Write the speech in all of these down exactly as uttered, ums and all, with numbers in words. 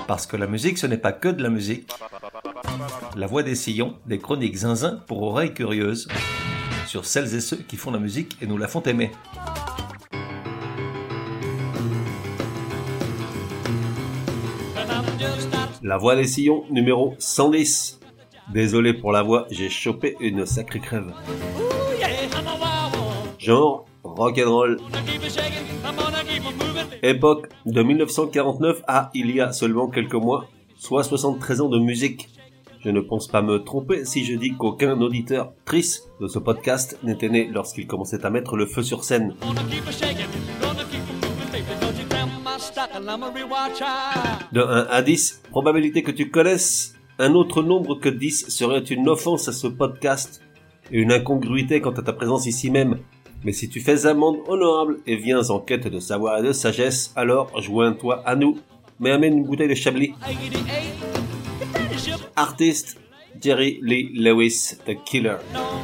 Parce que la musique, ce n'est pas que de la musique. La Voix des Sillons, des chroniques zinzin pour oreilles curieuses, sur celles et ceux qui font la musique et nous la font aimer. La Voix des Sillons, numéro cent dix. Désolé pour la voix, j'ai chopé une sacrée crève. Genre, rock'n'roll. Époque de mille neuf cent quarante-neuf à il y a seulement quelques mois, soit soixante-treize ans de musique. Je ne pense pas me tromper si je dis qu'aucun auditeur triste de ce podcast n'était né lorsqu'il commençait à mettre le feu sur scène. De un à dix, probabilité que tu connaisses un autre nombre que dix serait une offense à ce podcast et une incongruité quant à ta présence ici même. Mais si tu fais amende honorable et viens en quête de savoir et de sagesse, alors joins-toi à nous, mais amène une bouteille de Chablis. Artiste, Jerry Lee Lewis, The Killer.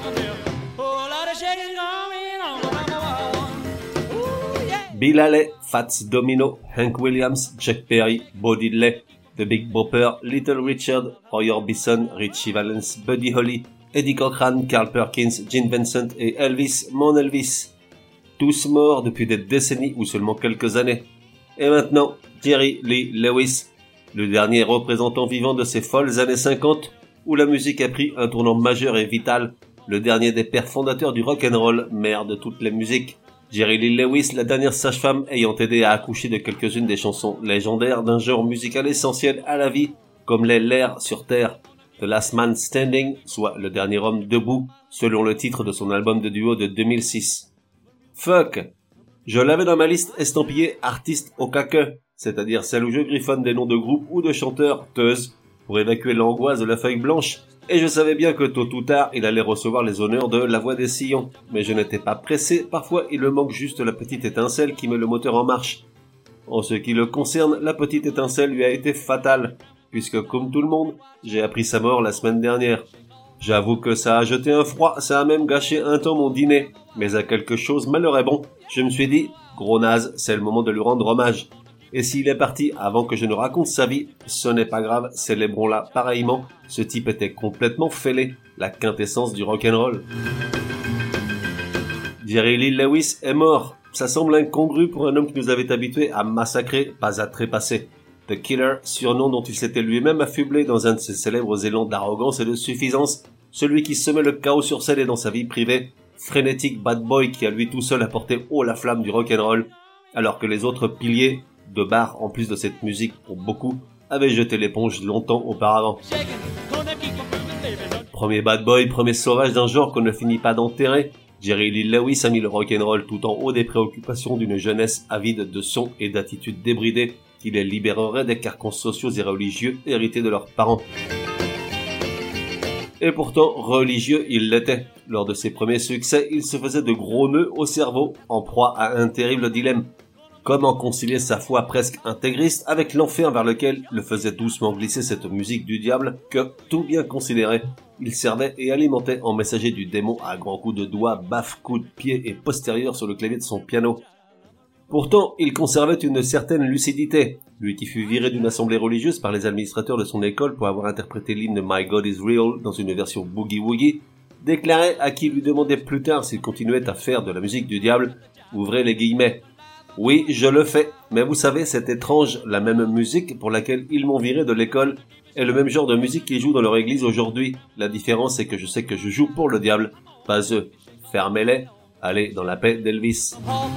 Bill Haley, Fats Domino, Hank Williams, Chuck Berry, Bo Diddley, The Big Bopper, Little Richard, Roy Orbison, Richie Valens, Buddy Holly, Eddie Cochran, Carl Perkins, Gene Vincent et Elvis, mon Elvis. Tous morts depuis des décennies ou seulement quelques années. Et maintenant, Jerry Lee Lewis, le dernier représentant vivant de ces folles années cinquante, où la musique a pris un tournant majeur et vital, le dernier des pères fondateurs du rock'n'roll, mère de toutes les musiques. Jerry Lee Lewis, la dernière sage-femme ayant aidé à accoucher de quelques-unes des chansons légendaires d'un genre musical essentiel à la vie, comme les L'air sur Terre, The Last Man Standing, soit Le Dernier Homme Debout, selon le titre de son album de duo de deux mille six. Fuck! Je l'avais dans ma liste estampillée artiste au caqueux, c'est-à-dire celle où je griffonne des noms de groupes ou de chanteurs, teuses, pour évacuer l'angoisse de la feuille blanche, et je savais bien que tôt ou tard, il allait recevoir les honneurs de La Voix des Sillons, mais je n'étais pas pressé, parfois il me manque juste la petite étincelle qui met le moteur en marche. En ce qui le concerne, la petite étincelle lui a été fatale, puisque comme tout le monde, j'ai appris sa mort la semaine dernière. J'avoue que ça a jeté un froid, ça a même gâché un temps mon dîner, mais à quelque chose malheur est bon, je me suis dit, gros naze, c'est le moment de lui rendre hommage. Et s'il est parti avant que je ne raconte sa vie, ce n'est pas grave, célébrons-la pareillement. Ce type était complètement fêlé, la quintessence du rock'n'roll. Jerry Lee Lewis est mort. Ça semble incongru pour un homme qui nous avait habitués à massacrer, pas à trépasser. The Killer, surnom dont il s'était lui-même affublé dans un de ses célèbres élans d'arrogance et de suffisance, celui qui semait le chaos sur scène et dans sa vie privée, frénétique bad boy qui à lui tout seul a porté haut la flamme du rock'n'roll, alors que les autres piliers de bar, en plus de cette musique pour beaucoup, avaient jeté l'éponge longtemps auparavant. Premier bad boy, premier sauvage d'un genre qu'on ne finit pas d'enterrer, Jerry Lee Lewis a mis le rock'n'roll tout en haut des préoccupations d'une jeunesse avide de sons et d'attitudes débridées qui les libérerait des carcans sociaux et religieux hérités de leurs parents. Et pourtant, religieux il l'était. Lors de ses premiers succès, il se faisait de gros nœuds au cerveau, en proie à un terrible dilemme. Comment concilier sa foi presque intégriste avec l'enfer vers lequel le faisait doucement glisser cette musique du diable que, tout bien considéré, il servait et alimentait en messager du démon à grands coups de doigts, baffes, coups de pied et postérieurs sur le clavier de son piano. Pourtant, il conservait une certaine lucidité, lui qui fut viré d'une assemblée religieuse par les administrateurs de son école pour avoir interprété l'hymne My God is Real dans une version boogie-woogie, déclarait à qui lui demandait plus tard s'il continuait à faire de la musique du diable, ouvrez les guillemets. Oui, je le fais, mais vous savez, c'est étrange, la même musique pour laquelle ils m'ont viré de l'école est le même genre de musique qu'ils jouent dans leur église aujourd'hui. La différence, c'est que je sais que je joue pour le diable, pas eux. Fermez-les, allez dans la paix d'Elvis.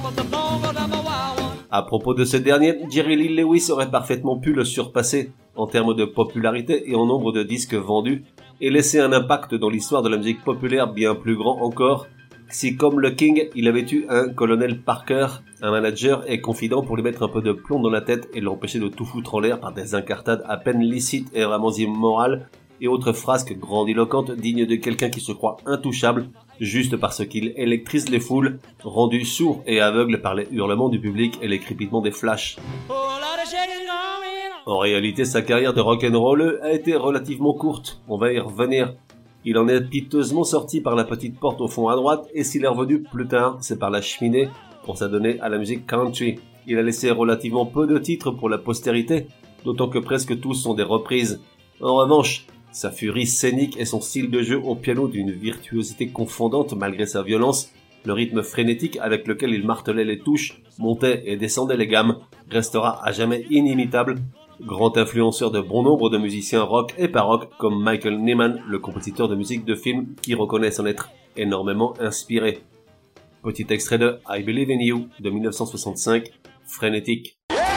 À propos de ce dernier, Jerry Lee Lewis aurait parfaitement pu le surpasser en termes de popularité et en nombre de disques vendus, et laisser un impact dans l'histoire de la musique populaire bien plus grand encore, si comme le King, il avait eu un colonel Parker, un manager et confident pour lui mettre un peu de plomb dans la tête et l'empêcher de tout foutre en l'air par des incartades à peine licites et vraiment immorales et autres frasques grandiloquentes dignes de quelqu'un qui se croit intouchable juste parce qu'il électrise les foules, rendu sourd et aveugle par les hurlements du public et les crépitements des flashs. En réalité, sa carrière de rock'n'roller a été relativement courte, on va y revenir. Il en est piteusement sorti par la petite porte au fond à droite, et s'il est revenu plus tard, c'est par la cheminée pour s'adonner à la musique country. Il a laissé relativement peu de titres pour la postérité, d'autant que presque tous sont des reprises. En revanche, sa furie scénique et son style de jeu au piano d'une virtuosité confondante malgré sa violence, le rythme frénétique avec lequel il martelait les touches, montait et descendait les gammes, restera à jamais inimitable, grand influenceur de bon nombre de musiciens rock et paroque comme Michael Nyman, le compositeur de musique de film qui reconnaît s'en être énormément inspiré. Petit extrait de I Believe in You de mille neuf cent soixante-cinq, frénétique.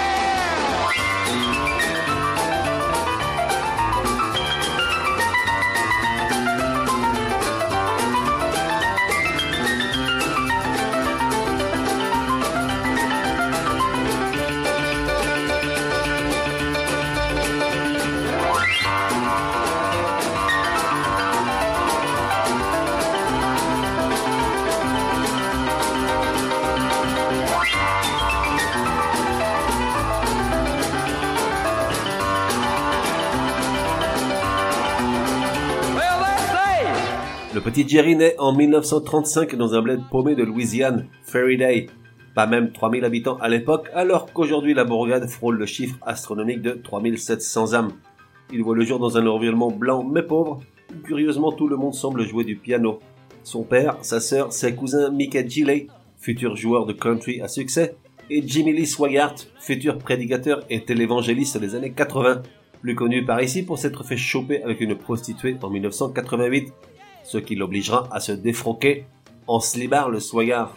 Le petit Jerry naît en mille neuf cent trente-cinq dans un bled paumé de Louisiane, Fairy Day. Pas même trois mille habitants à l'époque, alors qu'aujourd'hui la bourgade frôle le chiffre astronomique de trois mille sept cents âmes. Il voit le jour dans un environnement blanc mais pauvre, où curieusement tout le monde semble jouer du piano. Son père, sa sœur, ses cousins Mickey Gilley, futur joueur de country à succès, et Jimmy Lee Swaggart, futur prédicateur et télévangéliste des années quatre-vingts, plus connu par ici pour s'être fait choper avec une prostituée en mille neuf cent quatre-vingt-huit. Ce qui l'obligera à se défroquer en slibard le Swaggart.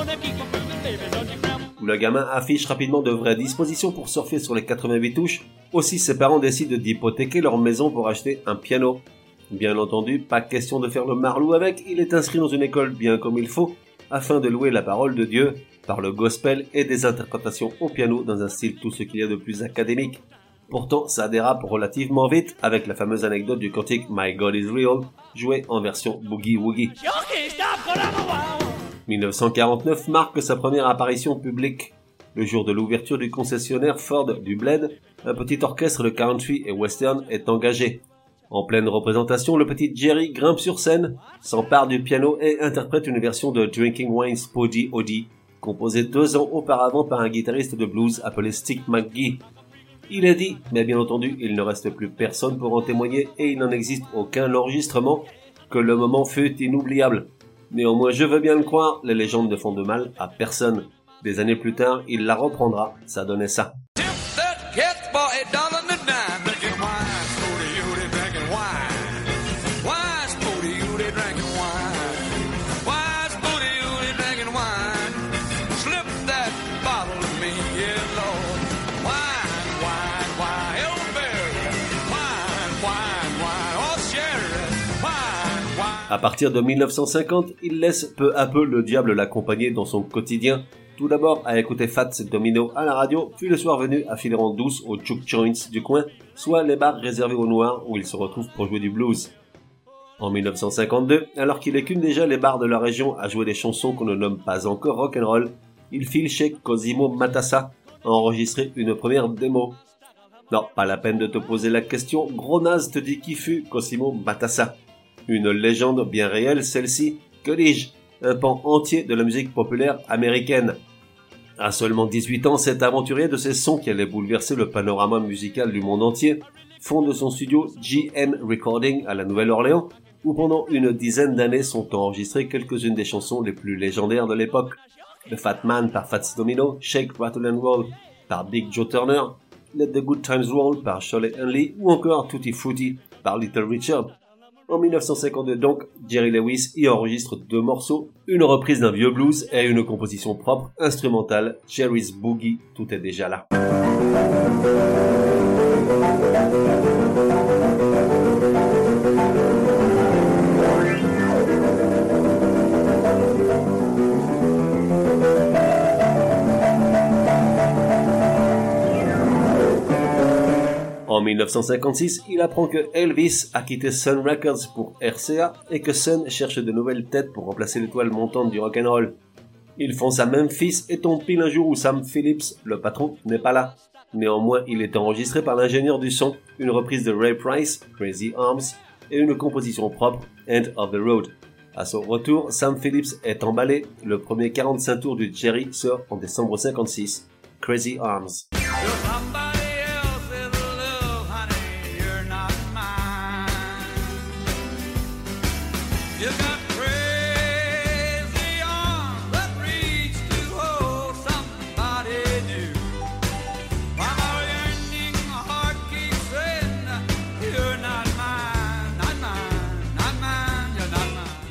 Où le gamin affiche rapidement de vraies dispositions pour surfer sur les quatre-vingt-huit touches, aussi ses parents décident d'hypothéquer leur maison pour acheter un piano. Bien entendu, pas question de faire le marlou avec, il est inscrit dans une école bien comme il faut, afin de louer la parole de Dieu par le gospel et des interprétations au piano dans un style tout ce qu'il y a de plus académique. Pourtant, ça dérape relativement vite avec la fameuse anecdote du cantique My God is Real, joué en version Boogie Woogie. mille neuf cent quarante-neuf marque sa première apparition publique. Le jour de l'ouverture du concessionnaire Ford du Bled, un petit orchestre de country et western est engagé. En pleine représentation, le petit Jerry grimpe sur scène, s'empare du piano et interprète une version de Drinking Wine's Poddy Oddy, composée deux ans auparavant par un guitariste de blues appelé Stick McGee. Il est dit, mais bien entendu, il ne reste plus personne pour en témoigner et il n'en existe aucun enregistrement, que le moment fut inoubliable. Néanmoins, je veux bien le croire, les légendes ne font de mal à personne. Des années plus tard, il la reprendra, ça donnait ça. À partir de mille neuf cent cinquante, il laisse peu à peu le diable l'accompagner dans son quotidien, tout d'abord à écouter Fats Domino à la radio, puis le soir venu à filer en douce aux juke joints du coin, soit les bars réservés aux noirs où il se retrouve pour jouer du blues. En mille neuf cent cinquante-deux, alors qu'il écume déjà les bars de la région à jouer des chansons qu'on ne nomme pas encore rock'n'roll, il file chez Cosimo Matassa à enregistrer une première démo. Non, pas la peine de te poser la question, gros naze te dit qui fut Cosimo Matassa. Une légende bien réelle, celle-ci, que dis-je, un pan entier de la musique populaire américaine. À seulement dix-huit ans, cet aventurier de ces sons qui allait bouleverser le panorama musical du monde entier fonde son studio G M Recording à la Nouvelle-Orléans, où pendant une dizaine d'années sont enregistrées quelques-unes des chansons les plus légendaires de l'époque. The Fat Man par Fats Domino, Shake, Rattle and Roll par Big Joe Turner, Let the Good Times Roll par Shirley Henley ou encore Tutti Frutti par Little Richard. En mille neuf cent cinquante-deux donc, Jerry Lewis y enregistre deux morceaux, une reprise d'un vieux blues et une composition propre, instrumentale, Jerry's Boogie, tout est déjà là. En mille neuf cent cinquante-six, il apprend que Elvis a quitté Sun Records pour R C A et que Sun cherche de nouvelles têtes pour remplacer l'étoile montante du rock'n'roll. Il fonce à Memphis et tombe pile un jour où Sam Phillips, le patron, n'est pas là. Néanmoins, il est enregistré par l'ingénieur du son, une reprise de Ray Price, Crazy Arms, et une composition propre, End of the Road. À son retour, Sam Phillips est emballé. Le premier quarante-cinq tours du Jerry sort en décembre cinquante-six, Crazy Arms. You're somebody else in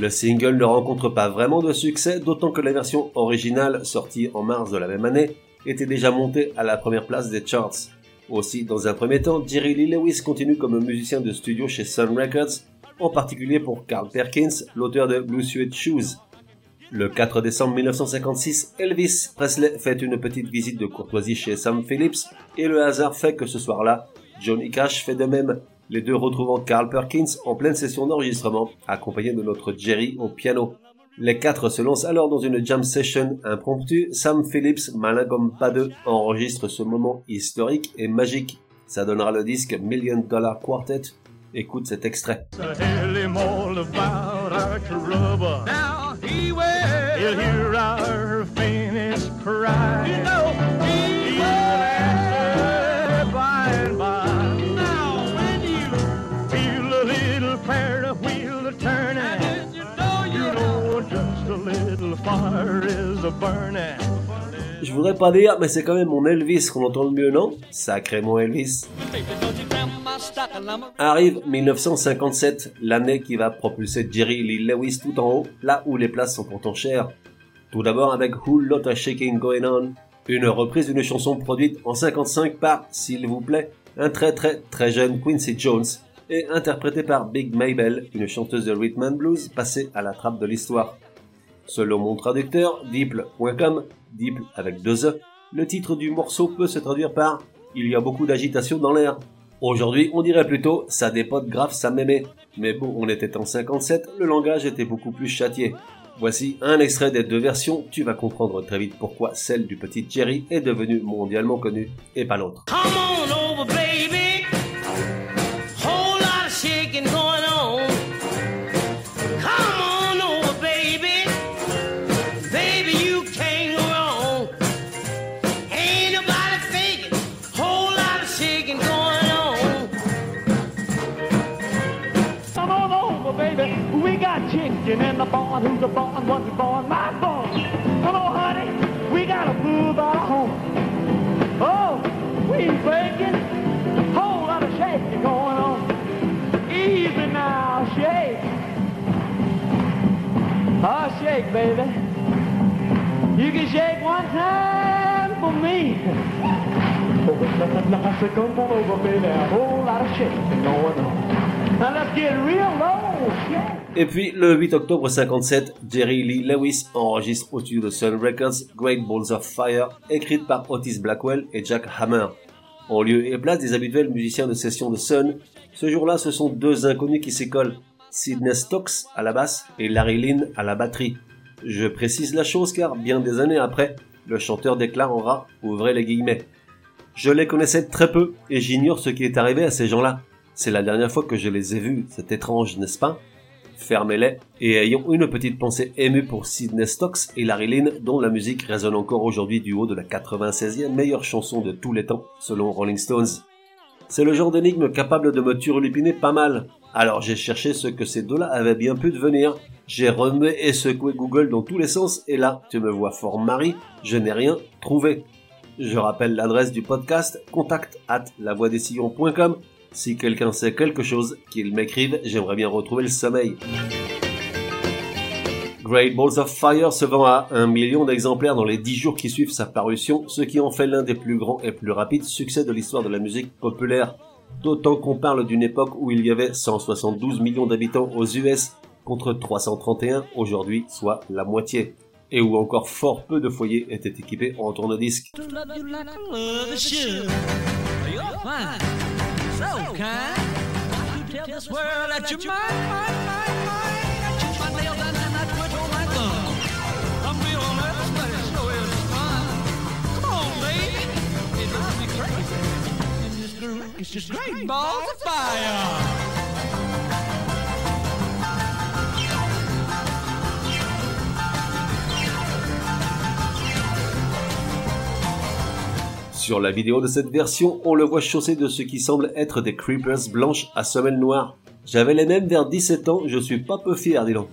Le single ne rencontre pas vraiment de succès, d'autant que la version originale, sortie en mars de la même année, était déjà montée à la première place des charts. Aussi, dans un premier temps, Jerry Lee Lewis continue comme musicien de studio chez Sun Records, en particulier pour Carl Perkins, l'auteur de Blue Suede Shoes. Le quatre décembre mille neuf cent cinquante-six, Elvis Presley fait une petite visite de courtoisie chez Sam Phillips, et le hasard fait que ce soir-là, Johnny Cash fait de même, les deux retrouvant Carl Perkins en pleine session d'enregistrement, accompagné de notre Jerry au piano. Les quatre se lancent alors dans une jam session impromptue. Sam Phillips, malin comme pas deux, enregistre ce moment historique et magique. Ça donnera le disque Million Dollar Quartet. Écoute cet extrait. Je voudrais pas dire, mais c'est quand même mon Elvis qu'on entend le mieux, non? Sacré mon Elvis. Arrive mille neuf cent cinquante-sept, l'année qui va propulser Jerry Lee Lewis tout en haut, là où les places sont pourtant chères. Tout d'abord avec Whole Lotta Shaking Going On, une reprise d'une chanson produite en cinquante-cinq par, s'il vous plaît, un très très très jeune Quincy Jones, et interprétée par Big Maybelle, une chanteuse de rhythm and blues passée à la trappe de l'histoire. Selon mon traducteur, Deeple point com, Deeple avec deux E, le titre du morceau peut se traduire par « Il y a beaucoup d'agitation dans l'air ». Aujourd'hui, on dirait plutôt « Ça dépote grave, ça m'aimait ». Mais bon, on était en cinquante-sept, le langage était beaucoup plus châtié. Voici un extrait des deux versions, tu vas comprendre très vite pourquoi celle du petit Jerry est devenue mondialement connue, et pas l'autre. Come on over, baby. Whole lot of shaking going on. Come on over, baby. Baby, you can't go wrong. Ain't nobody faking. Whole lot of shaking going on. Come on over, baby. We got chicken in the barn. Who's the barn? What's the barn? My barn. Come on, honey. We got a move our home. Oh, we baking. Whole lot of shaking going on. Easy now, shake. Oh, shake, baby. You can shake one time for me. Oh, so come on over, baby. A whole lot of shaking going on. Now let's get real low, shake. Et puis, le huit octobre cinquante-sept, Jerry Lee Lewis enregistre au studio de Sun Records Great Balls of Fire, écrite par Otis Blackwell et Jack Hammer. En lieu et place des habituels musiciens de session de Sun, ce jour-là, ce sont deux inconnus qui s'y collent, Sidney Stokes à la basse et Larry Lynn à la batterie. Je précise la chose car, bien des années après, le chanteur déclarera, ouvrez les guillemets, « Je les connaissais très peu et j'ignore ce qui est arrivé à ces gens-là. C'est la dernière fois que je les ai vus, c'est étrange, n'est-ce pas ?» Fermez-les, et ayons une petite pensée émue pour Sidney Stokes et Larry Lynn, dont la musique résonne encore aujourd'hui du haut de la quatre-vingt-seizième meilleure chanson de tous les temps, selon Rolling Stones. C'est le genre d'énigme capable de me turlupiner pas mal. Alors j'ai cherché ce que ces deux-là avaient bien pu devenir. J'ai remué et secoué Google dans tous les sens, et là, tu me vois fort Marie, je n'ai rien trouvé. Je rappelle l'adresse du podcast, contact at lavoixdessillons point com. Si quelqu'un sait quelque chose, qu'il m'écrive, j'aimerais bien retrouver le sommeil. Great Balls of Fire se vend à un million d'exemplaires dans les dix jours qui suivent sa parution, ce qui en fait l'un des plus grands et plus rapides succès de l'histoire de la musique populaire. D'autant qu'on parle d'une époque où il y avait cent soixante-douze millions d'habitants aux U S contre trois cent trente et un aujourd'hui, soit la moitié. Et où encore fort peu de foyers étaient équipés en tourne-disque. So kind, to tell this world that you're mine, mine, mine, mine. I chew my nails and then I twitch on my thumb. I'm feeling nervous, but it sure is fun. Come on, baby, it drives me crazy. And this groove is just great balls of fire. Sur la vidéo de cette version, on le voit chaussé de ce qui semble être des creepers blanches à semelles noires. J'avais les mêmes vers dix-sept ans, je suis pas peu fier, dis donc.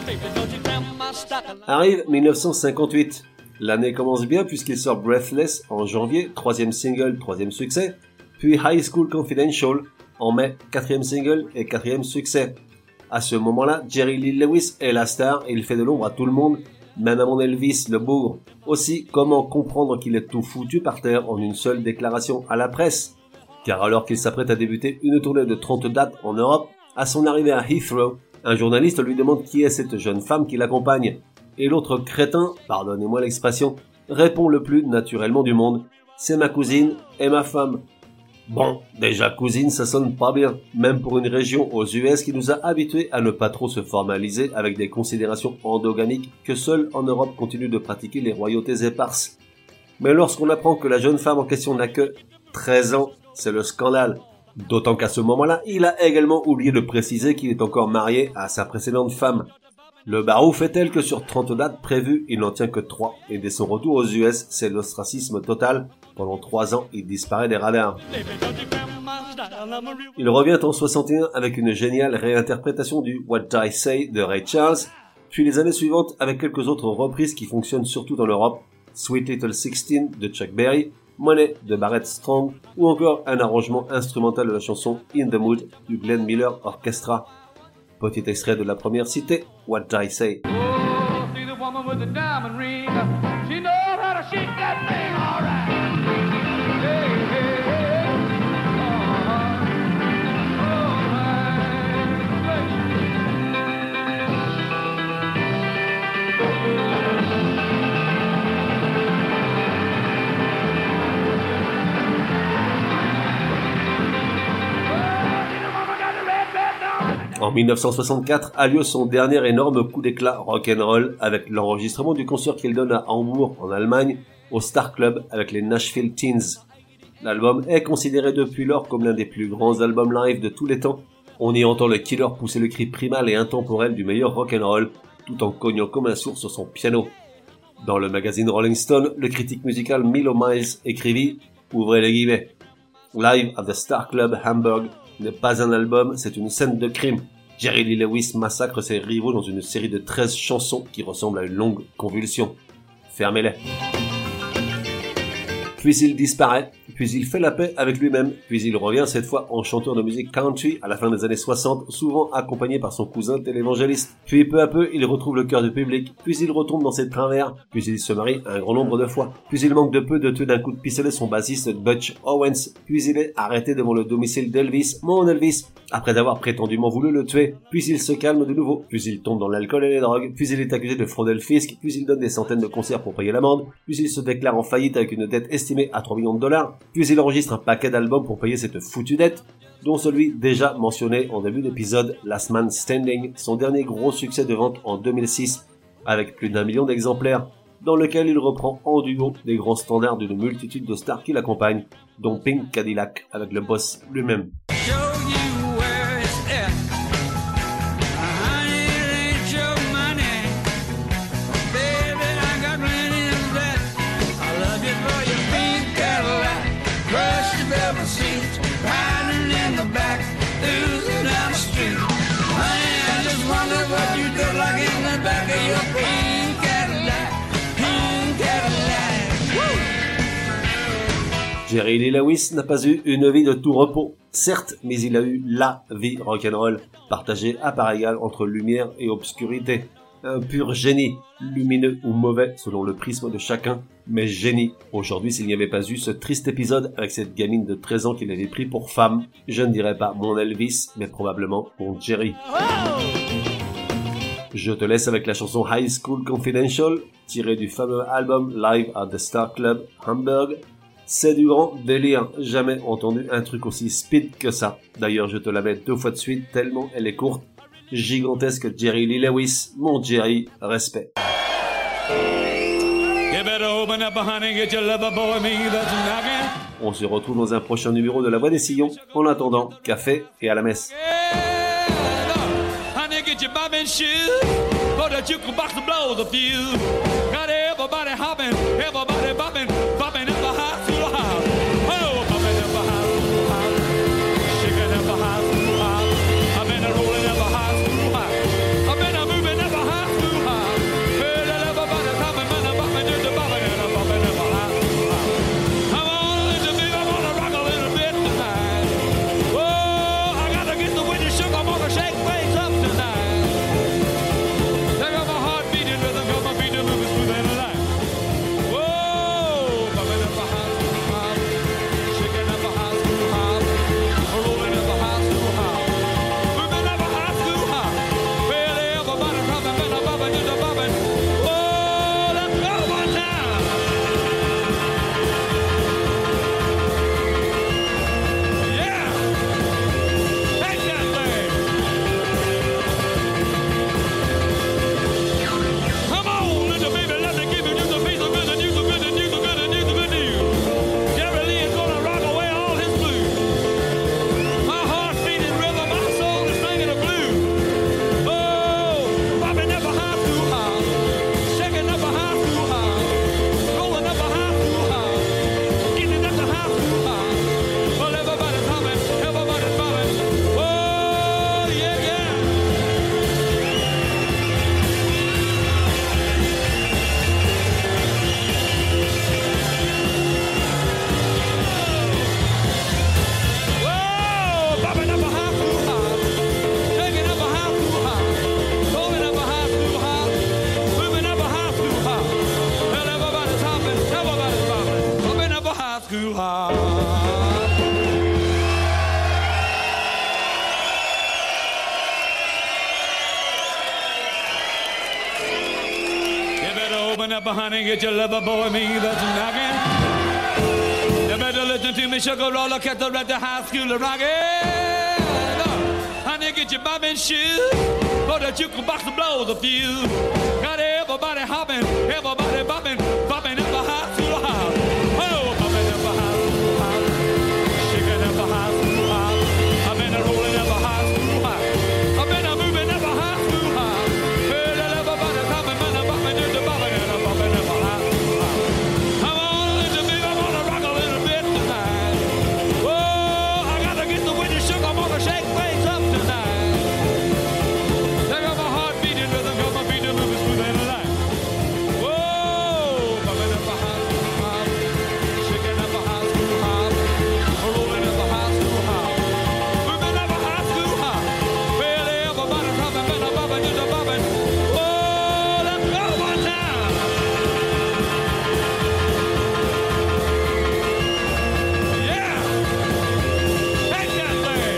Arrive mille neuf cent cinquante-huit. L'année commence bien puisqu'il sort Breathless en janvier, troisième single, troisième succès, puis High School Confidential en mai, quatrième single et quatrième succès. À ce moment-là, Jerry Lee Lewis est la star et il fait de l'ombre à tout le monde, même à mon Elvis, le bougre. Aussi, comment comprendre qu'il est tout foutu par terre en une seule déclaration à la presse? Car alors qu'il s'apprête à débuter une tournée de trente dates en Europe, à son arrivée à Heathrow, un journaliste lui demande qui est cette jeune femme qui l'accompagne. Et l'autre crétin, pardonnez-moi l'expression, répond le plus naturellement du monde. C'est ma cousine et ma femme. Bon, déjà cousine, ça sonne pas bien, même pour une région aux U S qui nous a habitués à ne pas trop se formaliser avec des considérations endogamiques que seuls en Europe continuent de pratiquer les royautés éparses. Mais lorsqu'on apprend que la jeune femme en question n'a que treize ans, c'est le scandale. D'autant qu'à ce moment-là, il a également oublié de préciser qu'il est encore marié à sa précédente femme. Le barreau fait tel que sur trente dates prévues, il n'en tient que trois, et dès son retour aux U S, c'est l'ostracisme total. Pendant trois ans, il disparaît des radars. Il revient en soixante et un avec une géniale réinterprétation du What Did I Say de Ray Charles, puis les années suivantes avec quelques autres reprises qui fonctionnent surtout dans l'Europe, Sweet Little Sixteen de Chuck Berry, Money de Barrett Strong, ou encore un arrangement instrumental de la chanson In the Mood du Glenn Miller Orchestra. Petit extrait de la première citée, What Did I Say. Oh, see the woman with the diamond ring. She knows how to shake that thing all right. Hey, hey, hey. En mille neuf cent soixante-quatre a lieu son dernier énorme coup d'éclat rock'n'roll avec l'enregistrement du concert qu'il donne à Hambourg en Allemagne au Star Club avec les Nashville Teens. L'album est considéré depuis lors comme l'un des plus grands albums live de tous les temps. On y entend le killer pousser le cri primal et intemporel du meilleur rock'n'roll tout en cognant comme un sourd sur son piano. Dans le magazine Rolling Stone, le critique musical Milo Miles écrivit, ouvrez les guillemets, Live at the Star Club Hamburg n'est pas un album, c'est une scène de crime. Jerry Lee Lewis massacre ses rivaux dans une série de treize chansons qui ressemblent à une longue convulsion. Fermez-les. Puis il disparaît, puis il fait la paix avec lui-même, puis il revient cette fois en chanteur de musique country à la fin des années soixante, souvent accompagné par son cousin télévangéliste. Puis peu à peu, il retrouve le cœur du public, puis il retombe dans ses travers, puis il se marie un grand nombre de fois, puis il manque de peu de tuer d'un coup de pistolet son bassiste Butch Owens, puis il est arrêté devant le domicile d'Elvis, mon Elvis, après avoir prétendument voulu le tuer, puis il se calme de nouveau, puis il tombe dans l'alcool et les drogues, puis il est accusé de frauder le fisc, puis il donne des centaines de concerts pour payer l'amende, puis il se déclare en faillite avec une dette estimée à trois millions de dollars, puis il enregistre un paquet d'albums pour payer cette foutue dette, dont celui déjà mentionné en début d'épisode, Last Man Standing, son dernier gros succès de vente en deux mille six, avec plus d'un million d'exemplaires, dans lequel il reprend en duo des grands standards d'une multitude de stars qui l'accompagnent, dont Pink Cadillac avec le boss lui-même. Jerry Lee Lewis n'a pas eu une vie de tout repos, certes, mais il a eu la vie rock'n'roll, partagée à part égale entre lumière et obscurité. Un pur génie, lumineux ou mauvais selon le prisme de chacun, mais génie. Aujourd'hui, s'il n'y avait pas eu ce triste épisode avec cette gamine de treize ans qu'il avait pris pour femme, je ne dirais pas mon Elvis, mais probablement mon Jerry. Je te laisse avec la chanson High School Confidential, tirée du fameux album Live at the Star Club Hamburg. C'est du grand délire, jamais entendu un truc aussi speed que ça. D'ailleurs, je te la mets deux fois de suite tellement elle est courte. Gigantesque Jerry Lee Lewis, mon Jerry, respect. On se retrouve dans un prochain numéro de La Voix des Sillons. En attendant, café et à la messe. Shake things up tonight. honey, get your lover boy, me that's knocking. You better listen to me, sugar roller, cat the red, the high school rockin'. Honey, get your bobbin shoes, for the jukebox to blow the fuse. Got everybody hopping, everybody bopping, bopping up a high school house. Oh, bopping up a high school house, shaking up a high school house. I've been a rolling up a high school house. I've been a moving up a high school house. Well, everybody's hopping, man, I'm bopping, just a bopping, and I'm bopping up a high school house. Come on, little baby, I'm gonna rock a little bit tonight. Whoa, I gotta get the window shook, I'm gonna shake things up tonight. Take up my heart beating rhythm, got my feet moving smooth and light. Whoa, bumping up a high school hop, shaking up a high school hop, rolling up a high school hop, moving up a high school hop. Well, everybody's hopping, man, I'm bopping, just a bopping. Whoa, let's go one time. Yeah, take that thing.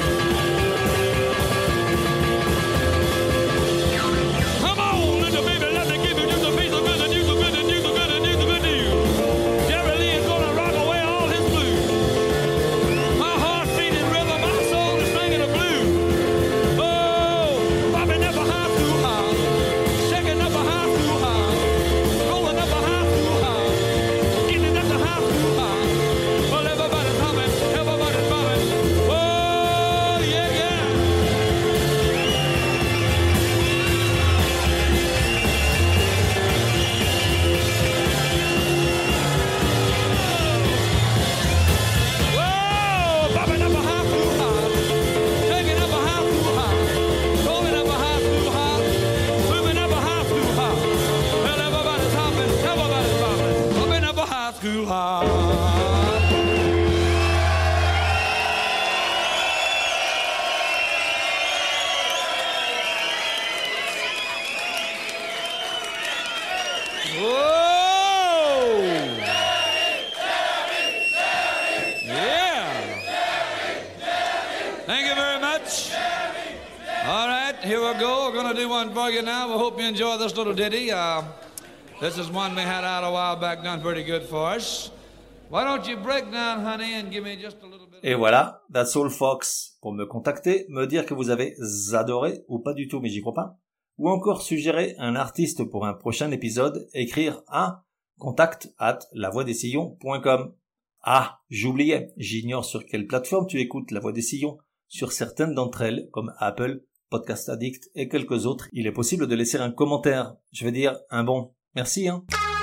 Come on, little baby, let me give you just a piece of good news, good news, good news, good news. Jerry Lee is gonna rock away all his blues. My heart's beating rhythm, my soul is singing the blues. Oh, bopping up a high school house, shaking up a high school house, rolling up a high school house, getting up the high school house. Well, everybody's humming, everybody's bobbing. Oh, yeah, yeah. Whoa, bopping up a high school house, shaking up a high school house, rolling up a high school house, moving up a high school house. Well, everybody's hopping, everybody's bopping, bopping up a high school house. Whoa! Yeah! Thank you very much. All right, here we go. We're going to do one for you now. We hope you enjoy this little ditty. Uh, this is one we had out a while back, done pretty good for us. Why don't you break down, honey, and give me just a little bit... Et voilà, that's all folks. Pour me contacter, me dire que vous avez adoré ou pas du tout, mais j'y crois pas, ou encore suggérer un artiste pour un prochain épisode, écrire à contact at lavoixdesillons point com. Ah, j'oubliais, j'ignore sur quelle plateforme tu écoutes La Voix des Sillons. Sur certaines d'entre elles, comme Apple, Podcast Addict et quelques autres, il est possible de laisser un commentaire. Je veux dire, un bon. Merci, hein.